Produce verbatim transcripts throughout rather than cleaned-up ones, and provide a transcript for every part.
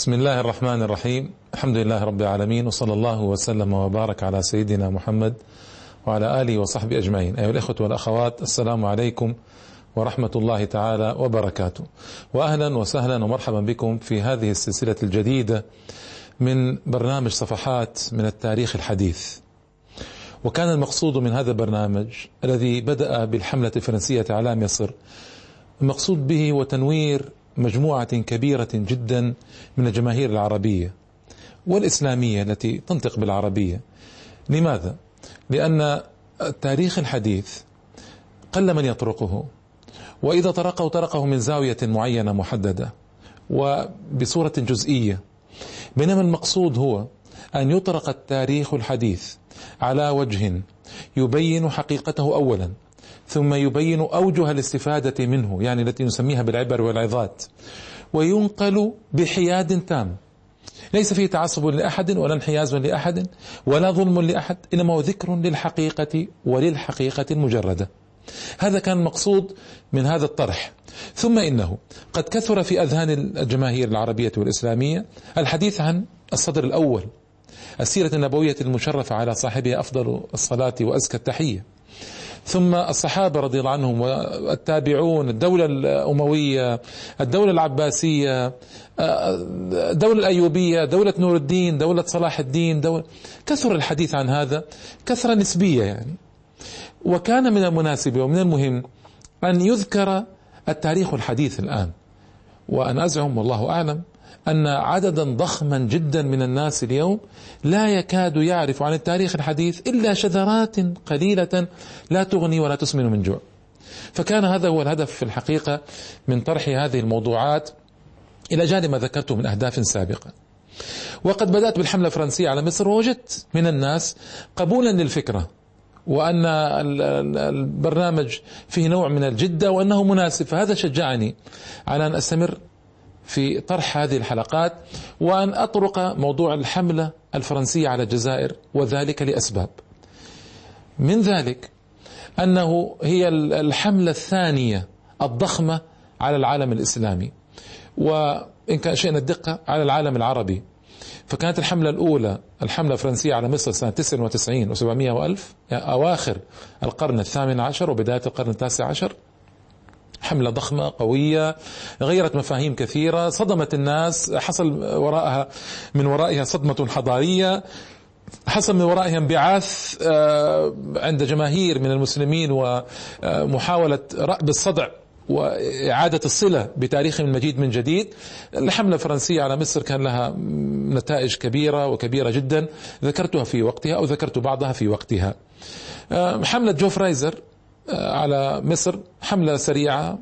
بسم الله الرحمن الرحيم. الحمد لله رب العالمين، وصلى الله وسلم وبارك على سيدنا محمد وعلى آله وصحبه أجمعين. أيها الإخوة والأخوات، السلام عليكم ورحمة الله تعالى وبركاته، وأهلا وسهلا ومرحبا بكم في هذه السلسلة الجديدة من برنامج صفحات من التاريخ الحديث. وكان المقصود من هذا البرنامج الذي بدأ بالحملة الفرنسية على مصر، المقصود به وتنوير مجموعة كبيرة جدا من الجماهير العربية والإسلامية التي تنطق بالعربية. لماذا؟ لأن التاريخ الحديث قل من يطرقه، وإذا طرقه طرقه من زاوية معينة محددة وبصورة جزئية، بينما المقصود هو أن يطرق التاريخ الحديث على وجه يبين حقيقته أولا، ثم يبين أوجه الاستفادة منه، يعني التي نسميها بالعبر والعظات، وينقل بحياد تام، ليس فيه تعصب لأحد ولا انحياز لأحد ولا ظلم لأحد، إنما هو ذكر للحقيقة وللحقيقة المجردة. هذا كان المقصود من هذا الطرح. ثم إنه قد كثر في أذهان الجماهير العربية والإسلامية الحديث عن الصدر الأول، السيرة النبوية المشرفة على صاحبها أفضل الصلاة وأزكى التحية، ثم الصحابة رضي الله عنهم والتابعون، الدولة الأموية، الدولة العباسية، الدولة الأيوبية، دولة نور الدين، دولة صلاح الدين، دولة كثر الحديث عن هذا كثرة نسبية يعني. وكان من المناسب ومن المهم أن يذكر التاريخ الحديث الآن، وأن أزعم والله أعلم أن عددا ضخما جدا من الناس اليوم لا يكاد يعرف عن التاريخ الحديث إلا شذرات قليلة لا تغني ولا تسمن من جوع. فكان هذا هو الهدف في الحقيقة من طرح هذه الموضوعات، إلى جانب ما ذكرته من أهداف سابقة. وقد بدأت بالحملة الفرنسية على مصر، ووجدت من الناس قبولا للفكرة، وأن البرنامج فيه نوع من الجدة وأنه مناسب، فهذا شجعني على أن أستمر في طرح هذه الحلقات وأن أطرق موضوع الحملة الفرنسية على الجزائر، وذلك لأسباب. من ذلك أنه هي الحملة الثانية الضخمة على العالم الإسلامي، وإن كان شئنا الدقة على العالم العربي. فكانت الحملة الأولى الحملة الفرنسية على مصر سنة تسعة وتسعين وسبعمائة وألف، يعني أواخر القرن الثامن عشر وبداية القرن التاسع عشر. حملة ضخمة قوية غيرت مفاهيم كثيرة، صدمت الناس، حصل وراءها من ورائها صدمة حضارية، حصل من ورائها انبعاث عند جماهير من المسلمين ومحاولة رأب الصدع وإعادة الصلة بتاريخهم المجيد من جديد. الحملة الفرنسية على مصر كان لها نتائج كبيرة وكبيرة جدا، ذكرتها في وقتها أو ذكرت بعضها في وقتها. حملة جو فرايزر على مصر حملة سريعة،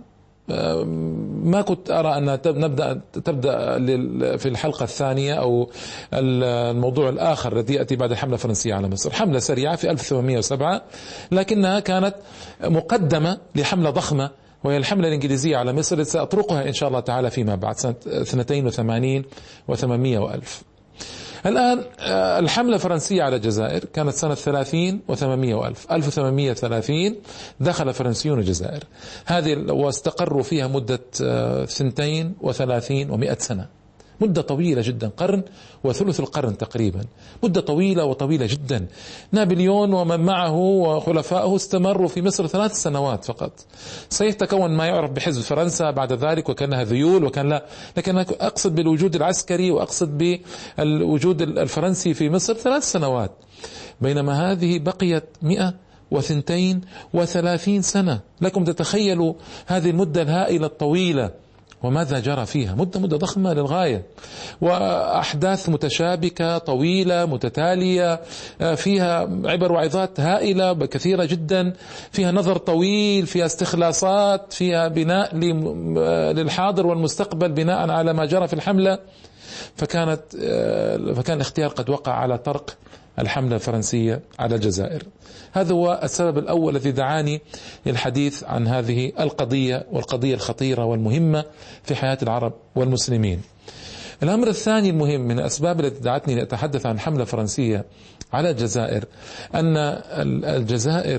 ما كنت أرى أن نبدأ تبدأ في الحلقة الثانية أو الموضوع الآخر الذي يأتي بعد الحملة الفرنسية على مصر. حملة سريعة في ألف وثمانمائة وسبعة، لكنها كانت مقدمة لحملة ضخمة، وهي الحملة الإنجليزية على مصر، سأطرقها إن شاء الله تعالى فيما بعد سنة اثنتين وثمانين وثمانمائة وألف. الآن الحملة الفرنسية على الجزائر كانت سنة ثلاثين وثمانمائة وألف، ألف وثمانمائة وثلاثين دخل فرنسيون الجزائر، هذه واستقروا فيها مدة ثنتين وثلاثين ومئة سنة، مدة طويلة جدا، قرن وثلث القرن تقريبا، مدة طويلة وطويلة جدا. نابليون ومن معه وخلفائه استمروا في مصر ثلاث سنوات فقط. سيتكون ما يعرف بحزب فرنسا بعد ذلك، وكانها ذيول وكان لا، لكن أقصد بالوجود العسكري وأقصد بالوجود الفرنسي في مصر ثلاث سنوات، بينما هذه بقيت مئة وثنتين وثلاثين سنة. لكم تتخيلوا هذه المدة الهائلة الطويلة وماذا جرى فيها، مدة مدة ضخمة للغاية، وأحداث متشابكة طويلة متتالية، فيها عبر وعظات هائلة كثيرة جدا، فيها نظر طويل، فيها استخلاصات، فيها بناء للحاضر والمستقبل بناء على ما جرى في الحملة. فكانت فكان الاختيار قد وقع على طرق الحملة الفرنسية على الجزائر. هذا هو السبب الأول الذي دعاني للحديث عن هذه القضية، والقضية الخطيرة والمهمة في حياة العرب والمسلمين. الأمر الثاني المهم من الأسباب التي دعتني لأتحدث عن الحملة الفرنسية على الجزائر أن الجزائر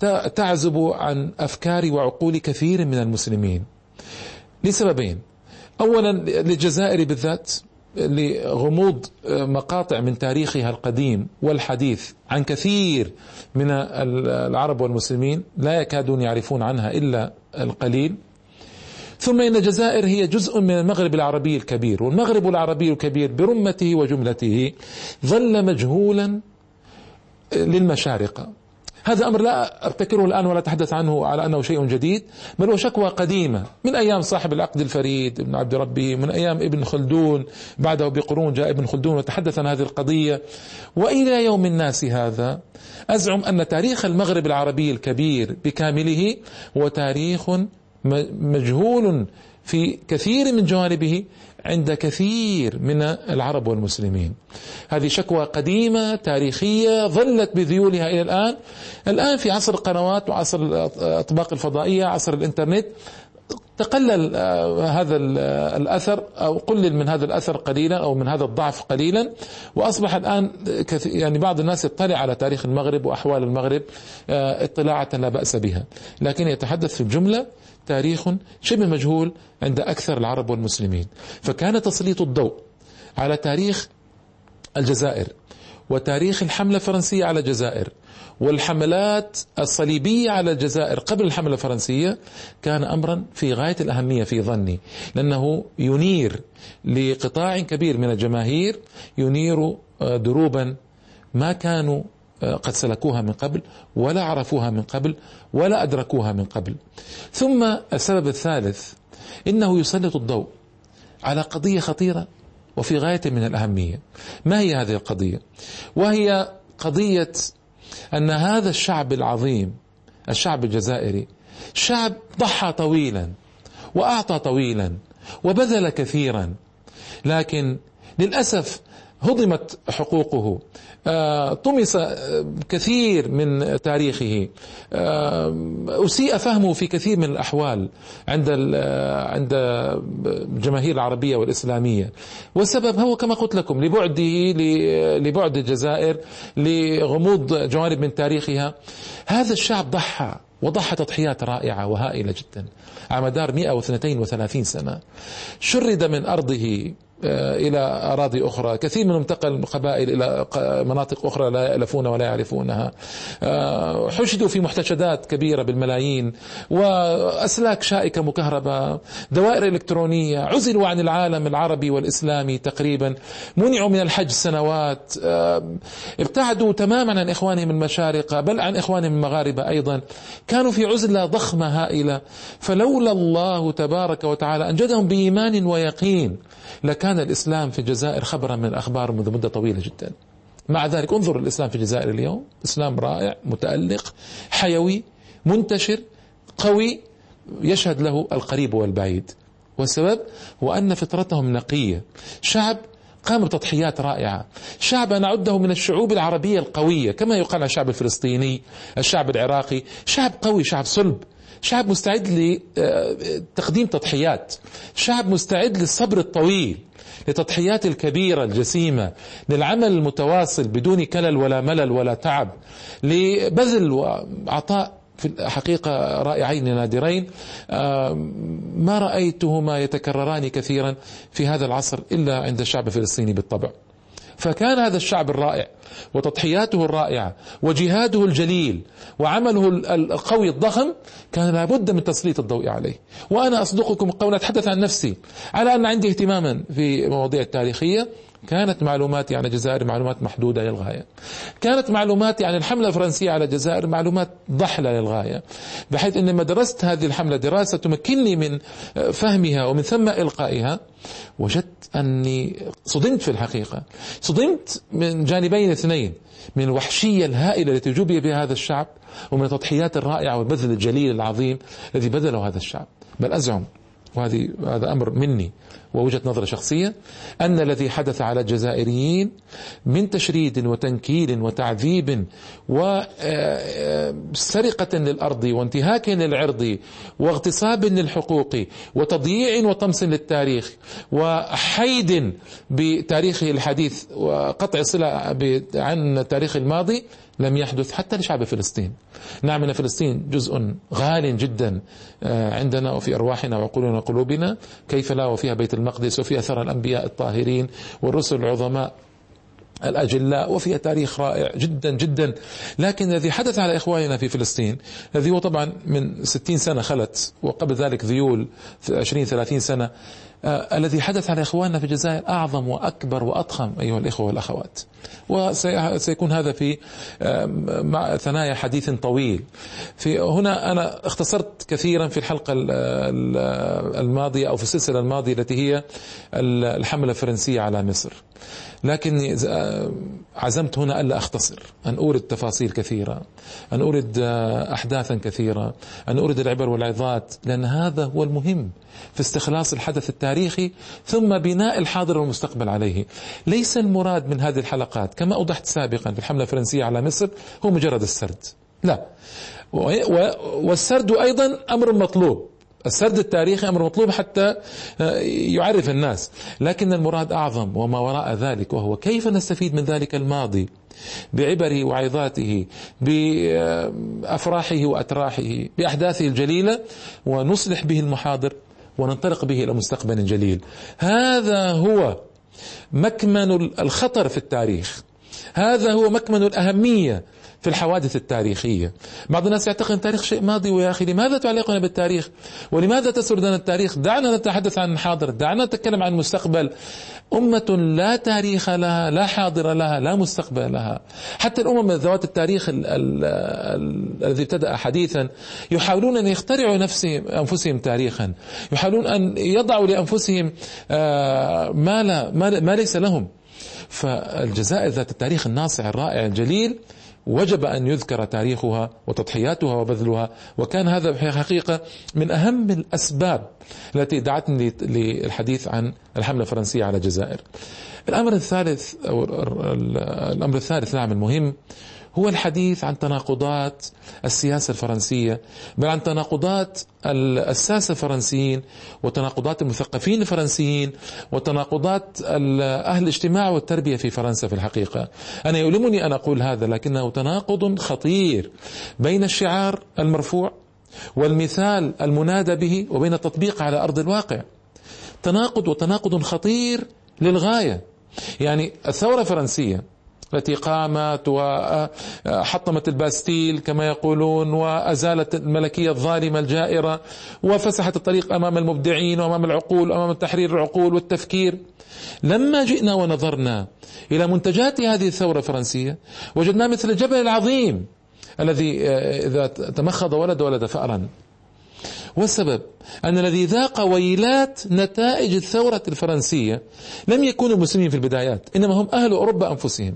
تعزب عن أفكار وعقول كثير من المسلمين لسببين. أولا للجزائر بالذات لغموض مقاطع من تاريخها القديم والحديث عن كثير من العرب والمسلمين لا يكادون يعرفون عنها إلا القليل. ثم إن الجزائر هي جزء من المغرب العربي الكبير، والمغرب العربي الكبير برمته وجملته ظل مجهولا للمشارقة. هذا أمر لا أبتكره الآن ولا أتحدث عنه على أنه شيء جديد، بل هو شكوى قديمة من أيام صاحب العقد الفريد ابن عبد ربه، من أيام ابن خلدون، بعده بقرون جاء ابن خلدون وتحدث عن هذه القضية، وإلى يوم الناس هذا أزعم أن تاريخ المغرب العربي الكبير بكامله هو تاريخ مجهول في كثير من جوانبه عند كثير من العرب والمسلمين. هذه شكوى قديمة تاريخية ظلت بذيولها إلى الآن. الآن في عصر القنوات وعصر الأطباق الفضائية، عصر الإنترنت، تقلل هذا الأثر أو قلل من هذا الأثر قليلا أو من هذا الضعف قليلا، وأصبح الآن يعني بعض الناس يطلع على تاريخ المغرب وأحوال المغرب اطلاعة لا بأس بها، لكن يتحدث في الجملة تاريخ شبه مجهول عند أكثر العرب والمسلمين. فكان تسليط الضوء على تاريخ الجزائر وتاريخ الحملة الفرنسية على الجزائر والحملات الصليبية على الجزائر قبل الحملة الفرنسية كان أمرا في غاية الأهمية في ظني، لأنه ينير لقطاع كبير من الجماهير، ينير دروبا ما كانوا قد سلكوها من قبل ولا عرفوها من قبل ولا أدركوها من قبل. ثم السبب الثالث إنه يسلط الضوء على قضية خطيرة وفي غاية من الأهمية. ما هي هذه القضية؟ وهي قضية أن هذا الشعب العظيم، الشعب الجزائري، شعب ضحى طويلا وأعطى طويلا وبذل كثيرا، لكن للأسف هضمت حقوقه، طمس كثير من تاريخه، أسيء فهمه في كثير من الأحوال عند عند الجماهير العربية والإسلامية. والسبب هو كما قلت لكم لبعده لبعد الجزائر، لغموض جوانب من تاريخها. هذا الشعب ضحى وضحى تضحيات رائعة وهائلة جدا على مدار مئة واثنين وثلاثين سنة. شرد من أرضه إلى أراضي أخرى، كثير منهم انتقل قبائل إلى مناطق أخرى لا يألفون ولا يعرفونها، حشدوا في محتشدات كبيرة بالملايين وأسلاك شائكة مكهربة، دوائر إلكترونية، عزلوا عن العالم العربي والإسلامي تقريبا، منعوا من الحج سنوات، ابتعدوا تماما عن إخوانهم المشارقة بل عن إخوانهم المغاربة أيضا، كانوا في عزلة ضخمة هائلة. فلولا الله تبارك وتعالى أنجدهم بإيمان ويقين لكان الإسلام في الجزائر خبرا من الأخبار منذ مدة طويلة جدا. مع ذلك انظر الإسلام في الجزائر اليوم، إسلام رائع متألق حيوي منتشر قوي يشهد له القريب والبعيد. والسبب هو أن فطرتهم نقية، شعب قام بتضحيات رائعة، شعب نعده من الشعوب العربية القوية كما يقال عن الشعب الفلسطيني، الشعب العراقي، شعب قوي، شعب صلب، شعب مستعد لتقديم تضحيات، شعب مستعد للصبر الطويل، لتضحيات الكبيرة الجسيمة، للعمل المتواصل بدون كلل ولا ملل ولا تعب، لبذل وعطاء في الحقيقة رائعين نادرين ما رأيتهما يتكرران كثيرا في هذا العصر إلا عند الشعب الفلسطيني بالطبع. فكان هذا الشعب الرائع وتضحياته الرائعة وجهاده الجليل وعمله القوي الضخم كان لابد من تسليط الضوء عليه. وأنا أصدقكم قولا أتحدث عن نفسي على أن عندي اهتماما في مواضيع التاريخية. كانت معلوماتي عن الجزائر معلومات محدودة للغاية، كانت معلوماتي عن الحملة الفرنسية على الجزائر معلومات ضحلة للغاية، بحيث أن لما درست هذه الحملة دراسة تمكنني من فهمها ومن ثم إلقائها وجدت أني صدمت في الحقيقة، صدمت من جانبين اثنين، من الوحشية الهائلة التي جُبي بها هذا الشعب ومن التضحيات الرائعة والبذل الجليل العظيم الذي بذله هذا الشعب. بل أزعم، وهذه هذا أمر مني ووجهة نظر شخصية، أن الذي حدث على الجزائريين من تشريد وتنكيل وتعذيب وسرقة للأرض وانتهاك للعرض واغتصاب للحقوق وتضييع وطمس للتاريخ وحيد بتاريخه الحديث وقطع صلة عن التاريخ الماضي لم يحدث حتى لشعب فلسطين. نعم أن فلسطين جزء غال جدا عندنا وفي أرواحنا وعقولنا وقلوبنا، كيف لا، وفيها بيت المقدس وفيها ثرى الأنبياء الطاهرين والرسل العظماء الأجلاء وفيها تاريخ رائع جدا جدا. لكن الذي حدث على إخواننا في فلسطين، الذي هو طبعا من ستين سنة خلت وقبل ذلك ذيول في عشرين ثلاثين سنة، آه الذي حدث على إخواننا في الجزائر أعظم وأكبر وأضخم أيها الإخوة والأخوات. وسيكون هذا في آه مع ثنايا حديث طويل. في هنا أنا اختصرت كثيرا في الحلقة الماضية أو في السلسلة الماضية التي هي الحملة الفرنسية على مصر، لكني عزمت هنا ألا أختصر، أن أورد تفاصيل كثيرة، أن أورد أحداثا كثيرة، أن أورد العبر والعظات، لأن هذا هو المهم في استخلاص الحدث التاريخي ثم بناء الحاضر والمستقبل عليه. ليس المراد من هذه الحلقات كما أوضحت سابقا في الحملة الفرنسية على مصر هو مجرد السرد، لا، والسرد أيضا أمر مطلوب، السرد التاريخي أمر مطلوب حتى يعرف الناس، لكن المراد أعظم وما وراء ذلك، وهو كيف نستفيد من ذلك الماضي بعبره وعظاته، بأفراحه وأتراحه، بأحداثه الجليلة، ونصلح به المحاضر وننطلق به إلى مستقبل جليل. هذا هو مكمن الخطر في التاريخ، هذا هو مكمن الأهمية في الحوادث التاريخية. بعض الناس يعتقد التاريخ شيء ماضي، ويا أخي لماذا تعلقنا بالتاريخ؟ ولماذا تسرد لنا التاريخ؟ دعنا نتحدث عن الحاضر، دعنا نتكلم عن المستقبل. أمة لا تاريخ لها، لا حاضر لها، لا مستقبل لها. حتى الأمم ذوات التاريخ الذي ابتدأ حديثا يحاولون أن يخترعوا نفسهم أنفسهم تاريخا، يحاولون أن يضعوا لأنفسهم ما لا ما ليس لهم. فالجزائر ذات التاريخ الناصع الرائع الجليل وجب أن يذكر تاريخها وتضحياتها وبذلها، وكان هذا بحقيقة من أهم الأسباب التي دعتني للحديث عن الحملة الفرنسية على الجزائر. الأمر الثالث أو الأمر الثالث نعم المهم هو الحديث عن تناقضات السياسة الفرنسية، بل عن تناقضات الساسة الفرنسيين وتناقضات المثقفين الفرنسيين وتناقضات أهل الاجتماع والتربية في فرنسا. في الحقيقة أنا يؤلمني أن أقول هذا، لكنه تناقض خطير بين الشعار المرفوع والمثال المنادى به وبين التطبيق على أرض الواقع. تناقض وتناقض خطير للغاية. يعني الثورة الفرنسية التي قامت وحطمت الباستيل كما يقولون، وأزالت الملكية الظالمة الجائرة، وفسحت الطريق أمام المبدعين وأمام العقول وأمام تحرير العقول والتفكير. لما جئنا ونظرنا إلى منتجات هذه الثورة الفرنسية وجدنا مثل الجبل العظيم الذي إذا تمخض ولد ولد فأرا. والسبب أن الذي ذاق ويلات نتائج الثورة الفرنسية لم يكونوا المسلمين في البدايات، إنما هم أهل أوروبا أنفسهم.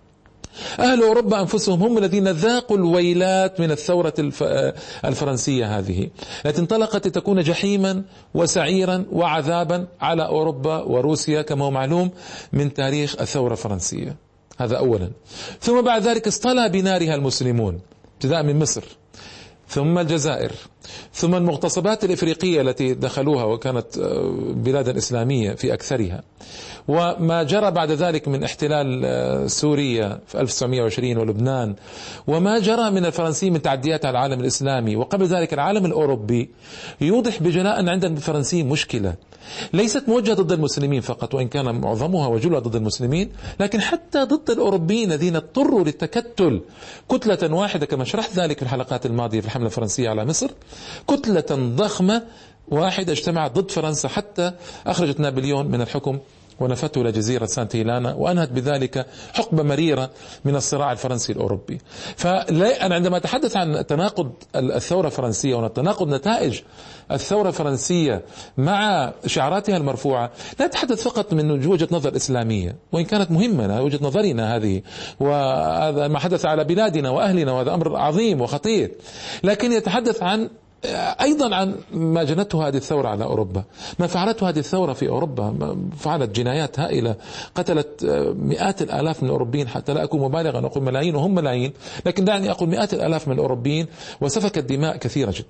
أهل أوروبا أنفسهم هم الذين ذاقوا الويلات من الثورة الفرنسية هذه التي انطلقت لتكون جحيما وسعيرا وعذابا على أوروبا وروسيا كما هو معلوم من تاريخ الثورة الفرنسية. هذا أولا. ثم بعد ذلك اصطلى بنارها المسلمون ابتداء من مصر ثم الجزائر ثم المغتصبات الإفريقية التي دخلوها وكانت بلادا إسلامية في أكثرها، وما جرى بعد ذلك من احتلال سوريا في ألف وتسعمائة وعشرين ولبنان، وما جرى من الفرنسيين من تعديات على العالم الإسلامي وقبل ذلك العالم الأوروبي، يوضح بجلاء أن عند الفرنسيين مشكلة ليست موجهة ضد المسلمين فقط، وإن كان معظمها وجلها ضد المسلمين، لكن حتى ضد الأوروبيين الذين اضطروا للتكتل كتلة واحدة كما شرحت ذلك في الحلقات الماضية في الحملة الفرنسية على مصر. كتلة ضخمة واحدة اجتمعت ضد فرنسا حتى أخرجت نابليون من الحكم ونفته إلى جزيرة سانت هيلانا، وأنهت بذلك حقبة مريرة من الصراع الفرنسي الأوروبي. فأنا عندما أتحدث عن تناقض الثورة الفرنسية وتناقض نتائج الثورة الفرنسية مع شعاراتها المرفوعة، لا أتحدث فقط من وجهة نظر إسلامية، وإن كانت مهمة وجهة نظرنا هذه، وهذا ما حدث على بلادنا وأهلنا، وهذا أمر عظيم وخطير، لكن يتحدث عن أيضا عن ما جنته هذه الثورة على أوروبا، ما فعلته هذه الثورة في أوروبا. فعلت جنايات هائلة، قتلت مئات الآلاف من الأوروبيين، حتى لا أكون مبالغا أقول ملايين وهم ملايين، لكن دعني أقول مئات الآلاف من الأوروبيين، وسفكت دماء كثيرة جدا.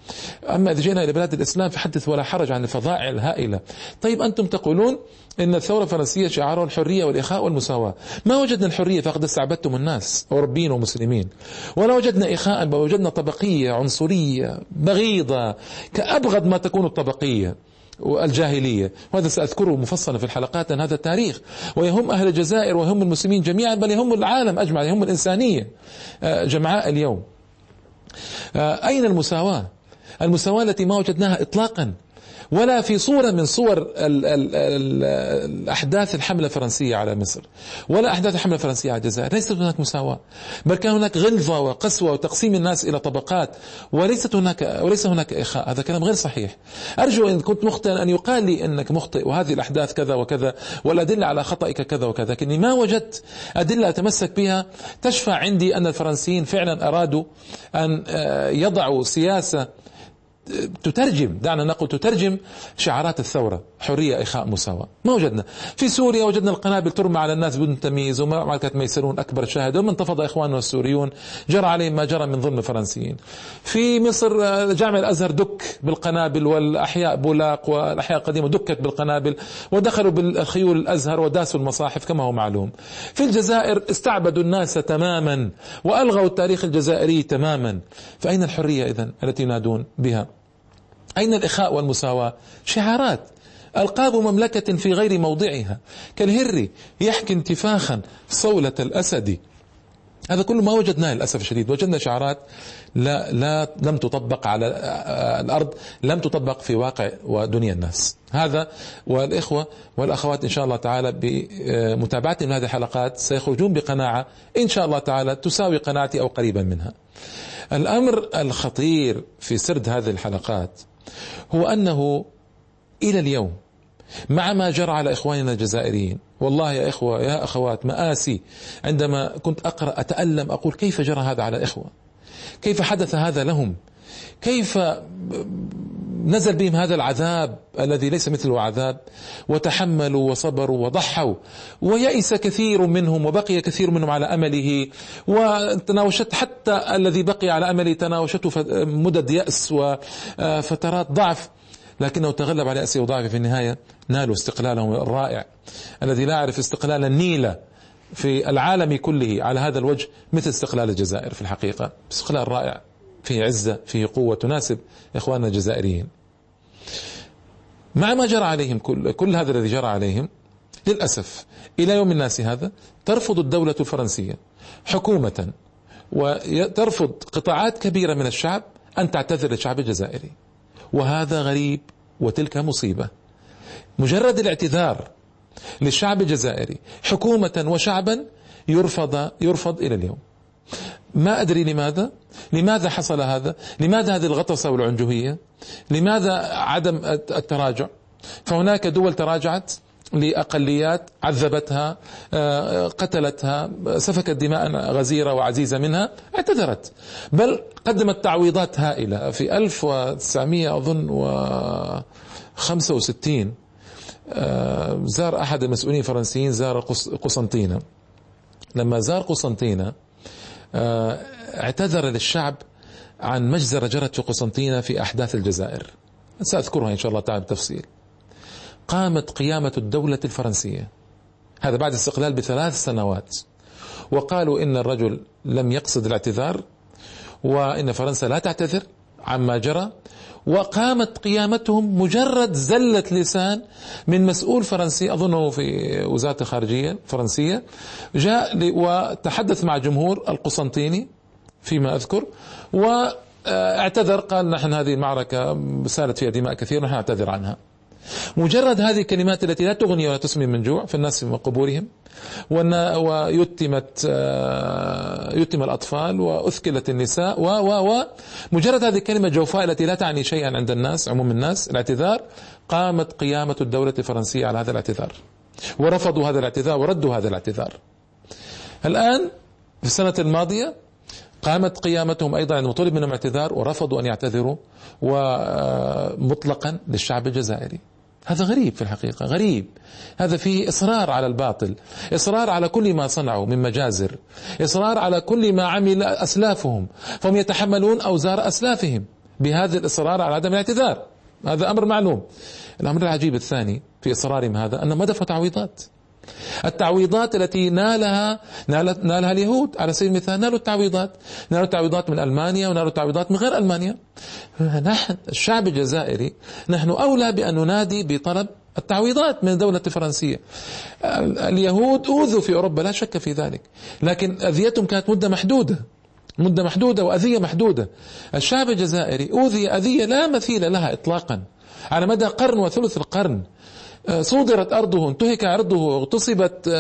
أما إذا جئنا إلى بلاد الإسلام فحدث ولا حرج عن الفظائع الهائلة. طيب أنتم تقولون إن الثورة الفرنسية شعارها الحرية والإخاء والمساواة. ما وجدنا الحرية فقد استعبدتم الناس أوروبيين ومسلمين، ولا وجدنا إخاء بل وجدنا طبقية عنصرية بغيضة كأبغض ما تكون الطبقية والجاهلية. وهذا سأذكره مفصلا في الحلقات، أن هذا التاريخ ويهم أهل الجزائر ويهم المسلمين جميعا، بل يهم العالم أجمع، يهم الإنسانية جمعاء اليوم. أين المساواة؟ المساواة التي ما وجدناها إطلاقا، ولا في صورة من صور ال ال ال الأحداث الحملة الفرنسية على مصر، ولا أحداث الحملة الفرنسية على الجزائر. ليست هناك مساواة، بل كان هناك غلظة وقسوة وتقسيم الناس إلى طبقات، وليست هناك وليس هناك إخاء. هذا كلام غير صحيح. أرجو إن كنت مخطئا أن يقال لي أنك مخطئ وهذه الأحداث كذا وكذا والأدلة على خطئك كذا وكذا، لكني ما وجدت أدلة أتمسك بها تشفع عندي أن الفرنسيين فعلا أرادوا أن يضعوا سياسة تترجم، دعنا نقول تترجم شعارات الثورة: حرية، إخاء، مساواة. ما وجدنا. في سوريا وجدنا القنابل ترمى على الناس بدون تمييز، ومعركة ميسرون أكبر شاهد، ومن انتفض إخواننا السوريون جرى عليهم ما جرى من ظلم الفرنسيين. في مصر جامع الأزهر دك بالقنابل، والأحياء بولاق والأحياء القديمة دكت بالقنابل، ودخلوا بالخيول الأزهر وداسوا المصاحف كما هو معلوم. في الجزائر استعبدوا الناس تماما وألغوا التاريخ الجزائري تماما. فأين الحرية إذن التي ينادون بها؟ أين الإخاء والمساواة؟ شعارات، ألقاب مملكة في غير موضعها، كالهري يحكي انتفاخا صولة الأسد. هذا كله ما وجدناه للأسف الشديد. وجدنا شعارات لا, لا لم تطبق على الأرض، لم تطبق في واقع ودنيا الناس. هذا والإخوة والأخوات إن شاء الله تعالى بمتابعتهم هذه الحلقات سيخرجون بقناعة إن شاء الله تعالى تساوي قناعتي أو قريبا منها. الأمر الخطير في سرد هذه الحلقات هو أنه إلى اليوم مع ما جرى على إخواننا الجزائريين، والله يا إخوة يا أخوات مآسي عندما كنت أقرأ أتألم، أقول كيف جرى هذا على إخوة، كيف حدث هذا لهم، كيف نزل بهم هذا العذاب الذي ليس مثله عذاب، وتحملوا وصبروا وضحوا، ويأس كثير منهم وبقي كثير منهم على أمله، وتناوشت حتى الذي بقي على أمله تناوشته مدد يأس وفترات ضعف، لكنه تغلب على يأسه وضعفه. في النهاية نالوا استقلالهم الرائع الذي لا يعرف استقلال النيل في العالم كله على هذا الوجه مثل استقلال الجزائر. في الحقيقة استقلال رائع فيه عزة، فيه قوة تناسب إخواننا الجزائريين. مع ما جرى عليهم كل, كل هذا الذي جرى عليهم، للأسف إلى يوم الناس هذا ترفض الدولة الفرنسية حكومة وترفض قطاعات كبيرة من الشعب أن تعتذر للشعب الجزائري، وهذا غريب وتلك مصيبة. مجرد الاعتذار للشعب الجزائري حكومة وشعبا يرفض يرفض إلى اليوم. ما أدري لماذا لماذا حصل هذا، لماذا هذه الغطرسة والعنجهية، لماذا عدم التراجع. فهناك دول تراجعت لأقليات عذبتها، قتلتها، سفكت دماء غزيرة وعزيزة منها، اعتذرت، بل قدمت تعويضات هائلة. في ألف وتسعمائة أظن وخمسة وستين زار أحد المسؤولين الفرنسيين زار قسنطينة. لما زار قسنطينة اعتذر للشعب عن مجزرة جرت في قسنطينة في أحداث الجزائر، سأذكرها إن شاء الله تعالى بتفصيل. قامت قيامة الدولة الفرنسية، هذا بعد استقلال بثلاث سنوات، وقالوا إن الرجل لم يقصد الاعتذار، وإن فرنسا لا تعتذر عما جرى. وقامت قيامتهم مجرد زلة لسان من مسؤول فرنسي أظنه في وزارة الخارجية الفرنسية، جاء وتحدث مع جمهور القسنطيني فيما أذكر، واعتذر، قال نحن هذه المعركة سالت فيها دماء كثير، نحن نعتذر عنها. مجرد هذه الكلمات التي لا تغني ولا تسمي من جوع في الناس في قبورهم، ويتمت يتم الأطفال وأثكلت النساء، و و و مجرد هذه الكلمة جوفاء التي لا تعني شيئا عند الناس عموم الناس، الاعتذار، قامت قيامة الدولة الفرنسية على هذا الاعتذار، ورفضوا هذا الاعتذار وردوا هذا الاعتذار. الآن في السنة الماضية قامت قيامتهم أيضا عندما طلب منهم اعتذار ورفضوا أن يعتذروا ومطلقا للشعب الجزائري. هذا غريب في الحقيقة، غريب. هذا فيه إصرار على الباطل، إصرار على كل ما صنعوا من مجازر، إصرار على كل ما عمل أسلافهم، فهم يتحملون أوزار أسلافهم. بهذا الإصرار على عدم الاعتذار. هذا أمر معلوم. الأمر العجيب الثاني في إصرارهم هذا أن ما دفعوا تعويضات. التعويضات التي نالها نالها اليهود على سبيل المثال، نالوا التعويضات، نالوا التعويضات من ألمانيا ونالوا التعويضات من غير ألمانيا. نحن الشعب الجزائري نحن أولى بأن ننادي بطلب التعويضات من الدولة الفرنسية. اليهود أوذوا في أوروبا لا شك في ذلك، لكن أذيتهم كانت مدة محدودة، مدة محدودة وأذية محدودة. الشعب الجزائري أوذي أذية لا مثيل لها إطلاقا على مدى قرن وثلث القرن. صودرت أرضه، انتهك عرضه، اغتصبت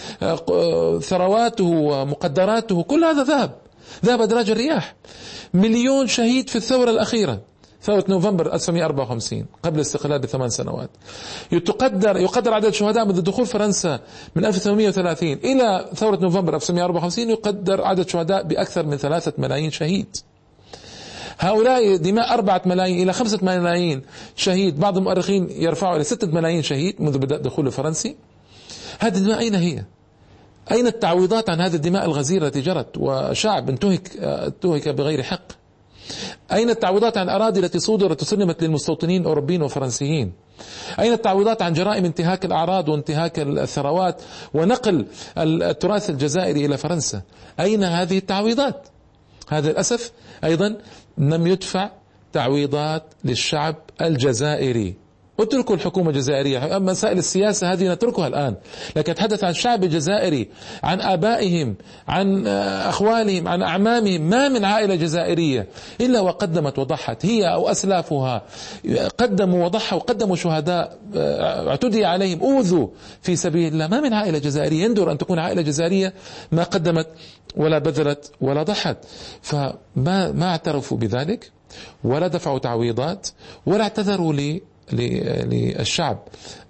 ثرواته ومقدراته، كل هذا ذهب ذهب أدراج الرياح. مليون شهيد في الثورة الأخيرة، ثورة نوفمبر ألف وتسعمئة وأربعة وخمسين قبل الاستقلال بثمان سنوات. يتقدر يقدر عدد الشهداء منذ دخول فرنسا من ألف وثمانمئة وثلاثين إلى ثورة نوفمبر ألف وتسعمئة وأربعة وخمسين يقدر عدد شهداء بأكثر من ثلاثة ملايين شهيد. هؤلاء دماء أربعة ملايين إلى خمسة ملايين شهيد، بعض المؤرخين يرفعوا إلى ستة ملايين شهيد منذ بدء دخول الفرنسي. هذه الدماء أين هي؟ أين التعويضات عن هذه الدماء الغزيرة التي جرت وشعب انتهك انتهك بغير حق؟ أين التعويضات عن الأراضي التي صودرت وسلمت للمستوطنين الأوروبيين والفرنسيين؟ أين التعويضات عن جرائم انتهاك الأعراض وانتهاك الثروات ونقل التراث الجزائري إلى فرنسا؟ أين هذه التعويضات؟ هذا للأسف أيضا لم يدفع تعويضات للشعب الجزائري. اتركوا الحكومة الجزائرية، أما مسائل السياسة هذه نتركها الآن، لكن أتحدث عن الشعب الجزائري، عن آبائهم، عن أخوالهم، عن أعمامهم. ما من عائلة جزائرية إلا وقدمت وضحت، هي أو أسلافها قدموا وضحوا وقدموا شهداء اعتدي عليهم، أوذوا في سبيل الله. ما من عائلة جزائرية يندر أن تكون عائلة جزائرية ما قدمت ولا بذلت ولا ضحت. فما ما اعترفوا بذلك ولا دفعوا تعويضات ولا اعتذروا لي للشعب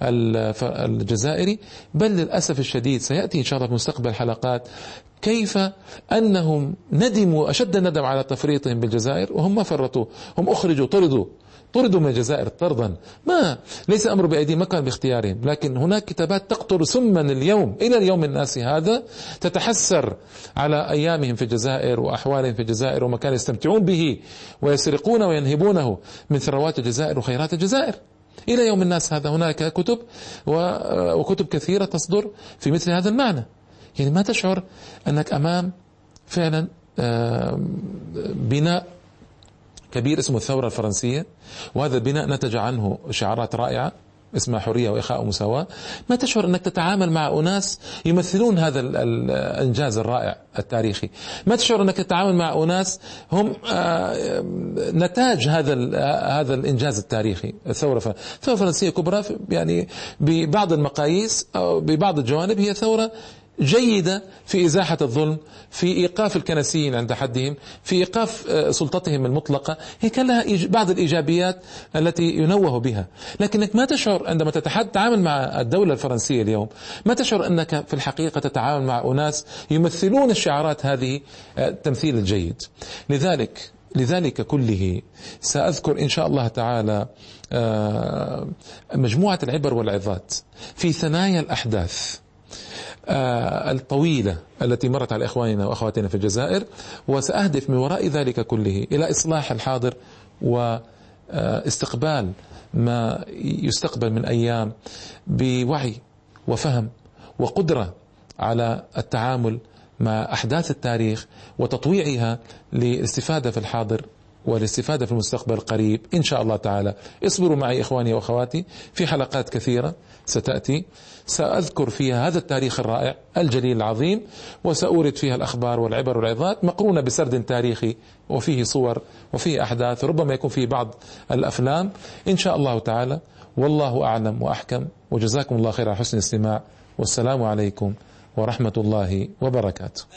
الجزائري. بل للأسف الشديد سيأتي إن شاء الله في مستقبل حلقات كيف أنهم ندموا أشد الندم على تفريطهم بالجزائر، وهم ما فرطوا، هم أخرجوا طردوا طردوا من الجزائر طردا، ما ليس أمر بأيديهم، ما كان باختيارهم. لكن هناك كتابات تقطر سما اليوم إلى اليوم الناسي هذا، تتحسر على أيامهم في الجزائر وأحوالهم في الجزائر وما كانوا يستمتعون به ويسرقون وينهبونه من ثروات الجزائر وخيرات الجزائر إلى يوم الناس هذا. هناك كتب وكتب كثيرة تصدر في مثل هذا المعنى. يعني ما تشعر أنك أمام فعلا بناء كبير اسمه الثورة الفرنسية، وهذا البناء نتج عنه شعارات رائعة اسمها حرية وإخاء ومساواة. ما تشعر أنك تتعامل مع أناس يمثلون هذا الإنجاز الرائع التاريخي. ما تشعر أنك تتعامل مع أناس هم نتاج هذا هذا الإنجاز التاريخي. الثورة الثورة الفرنسية كبرى يعني ببعض المقاييس أو ببعض الجوانب هي ثورة جيدة في إزاحة الظلم، في إيقاف الكنسيين عند حدهم، في إيقاف سلطتهم المطلقة. هي كان لها بعض الإيجابيات التي ينوه بها، لكنك ما تشعر عندما تتعامل مع الدولة الفرنسية اليوم، ما تشعر أنك في الحقيقة تتعامل مع أناس يمثلون الشعارات هذه التمثيل الجيد. لذلك لذلك كله سأذكر إن شاء الله تعالى مجموعة العبر والعظات في ثنايا الأحداث الطويلة التي مرت على إخواننا وأخواتنا في الجزائر، وسأهدف من وراء ذلك كله إلى إصلاح الحاضر واستقبال ما يستقبل من أيام بوعي وفهم وقدرة على التعامل مع أحداث التاريخ وتطويعها للاستفادة في الحاضر والاستفادة في المستقبل القريب إن شاء الله تعالى. اصبروا معي إخواني وأخواتي، في حلقات كثيرة ستأتي سأذكر فيها هذا التاريخ الرائع الجليل العظيم، وسأورد فيها الأخبار والعبر والعظات مقرونة بسرد تاريخي وفيه صور وفيه أحداث، ربما يكون فيه بعض الأفلام إن شاء الله تعالى. والله أعلم وأحكم، وجزاكم الله خير على حسن الاستماع، والسلام عليكم ورحمة الله وبركاته.